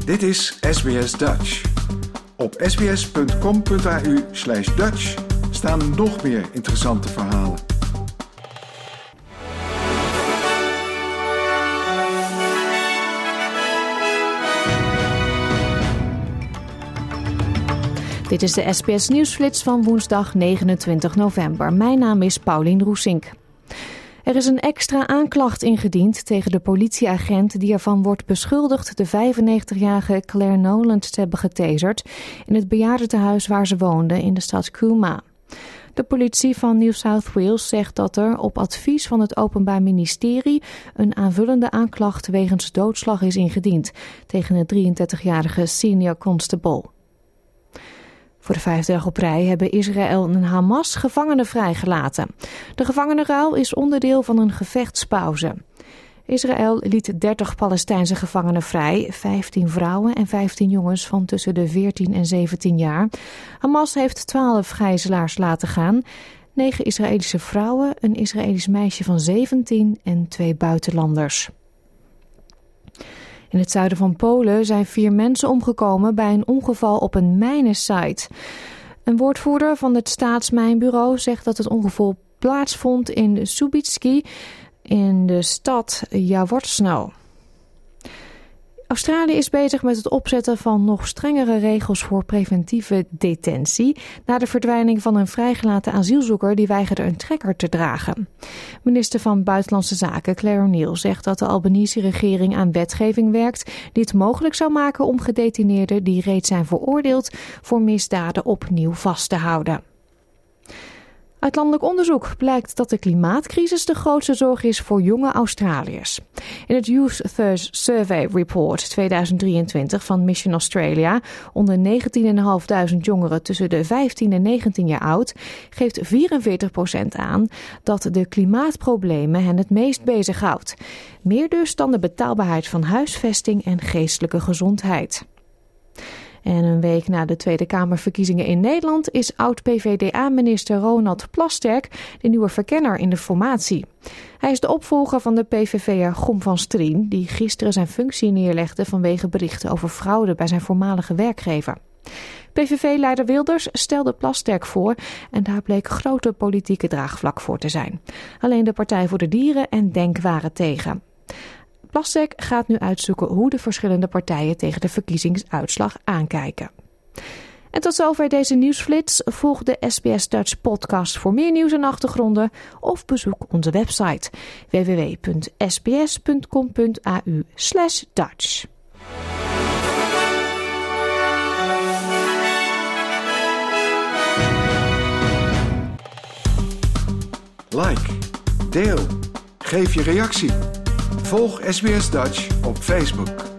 Dit is SBS Dutch. Op sbs.com.au/Dutch staan nog meer interessante verhalen. Dit is de SBS Nieuwsflits van woensdag 29 november. Mijn naam is Paulien Roesink. Er is een extra aanklacht ingediend tegen de politieagent die ervan wordt beschuldigd de 95-jarige Claire Noland te hebben getaserd in het bejaardentehuis waar ze woonde in de stad Cooma. De politie van New South Wales zegt dat er op advies van het Openbaar Ministerie een aanvullende aanklacht wegens doodslag is ingediend tegen de 33-jarige senior constable. Voor de 5e dag op rij hebben Israël en Hamas gevangenen vrijgelaten. De gevangenenruil is onderdeel van een gevechtspauze. Israël liet 30 Palestijnse gevangenen vrij, 15 vrouwen en 15 jongens van tussen de 14 en 17 jaar. Hamas heeft 12 gijzelaars laten gaan, 9 Israëlische vrouwen, een Israëlisch meisje van 17 en 2 buitenlanders. In het zuiden van Polen zijn 4 mensen omgekomen bij een ongeval op een mijnensite. Een woordvoerder van het staatsmijnbureau zegt dat het ongeval plaatsvond in Słubice in de stad Jaworzno. Australië is bezig met het opzetten van nog strengere regels voor preventieve detentie na de verdwijning van een vrijgelaten asielzoeker die weigerde een trekker te dragen. Minister van Buitenlandse Zaken Claire O'Neill zegt dat de Albanese-regering aan wetgeving werkt die het mogelijk zou maken om gedetineerden die reeds zijn veroordeeld voor misdaden opnieuw vast te houden. Uit landelijk onderzoek blijkt dat de klimaatcrisis de grootste zorg is voor jonge Australiërs. In het Youth Survey Report 2023 van Mission Australia onder 19.500 jongeren tussen de 15 en 19 jaar oud geeft 44% aan dat de klimaatproblemen hen het meest bezighoudt. Meer dus dan de betaalbaarheid van huisvesting en geestelijke gezondheid. En een week na de Tweede Kamerverkiezingen in Nederland is oud-PVDA-minister Ronald Plasterk de nieuwe verkenner in de formatie. Hij is de opvolger van de PVV'er Gom van Strien, die gisteren zijn functie neerlegde vanwege berichten over fraude bij zijn voormalige werkgever. PVV-leider Wilders stelde Plasterk voor en daar bleek grote politieke draagvlak voor te zijn. Alleen de Partij voor de Dieren en Denk waren tegen. Plasterk gaat nu uitzoeken hoe de verschillende partijen tegen de verkiezingsuitslag aankijken. En tot zover deze nieuwsflits. Volg de SBS Dutch podcast voor meer nieuws en achtergronden of bezoek onze website www.sbs.com.au/Dutch. Like, deel, geef je reactie. Volg SBS Dutch op Facebook.